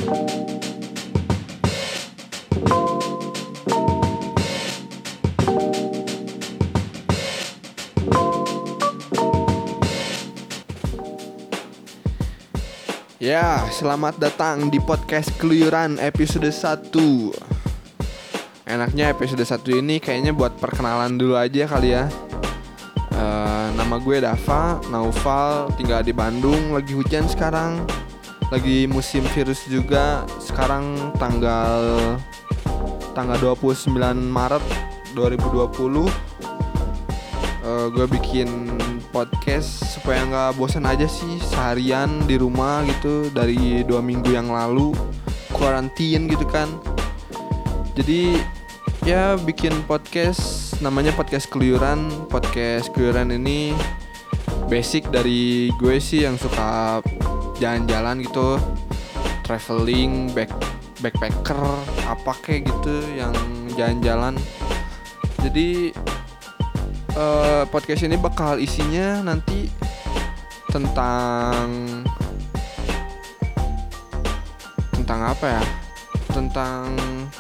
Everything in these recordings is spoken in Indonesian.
Ya, selamat datang di podcast Keluyuran episode 1. Enaknya episode 1 ini kayaknya buat perkenalan dulu aja kali ya. Nama gue Dava, Naufal, tinggal di Bandung, lagi hujan sekarang. Lagi musim virus juga, sekarang tanggal 29 Maret 2020. Gue bikin podcast supaya gak bosan aja sih seharian di rumah gitu. Dari 2 minggu yang lalu kuarantin gitu kan. Jadi ya bikin podcast, namanya podcast Keluyuran. Podcast Keluyuran ini basic dari gue sih yang suka jalan-jalan gitu, traveling, backpacker, apa kayak gitu yang jalan-jalan. Jadi podcast ini bakal isinya nanti tentang apa ya? Tentang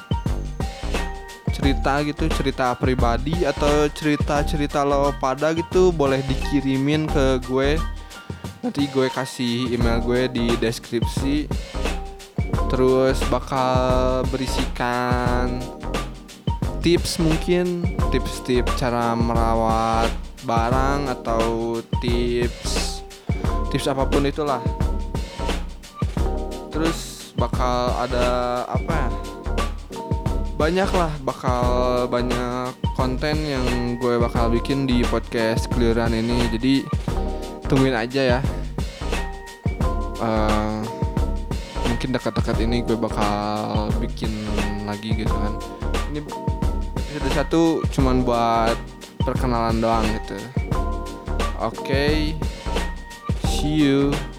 cerita gitu, cerita pribadi atau cerita lo pada gitu, boleh dikirimin ke gue. Nanti gue kasih email gue di deskripsi. Terus bakal berisikan tips, mungkin tips-tips cara merawat barang atau tips apapun itulah. Terus bakal ada apa ya? Bakal banyak konten yang gue bakal bikin di podcast Keluyuran ini. Jadi tungguin aja ya. Mungkin dekat-dekat ini gue bakal bikin lagi gitu kan. Ini episode 1 cuman buat perkenalan doang gitu. Oke, see you.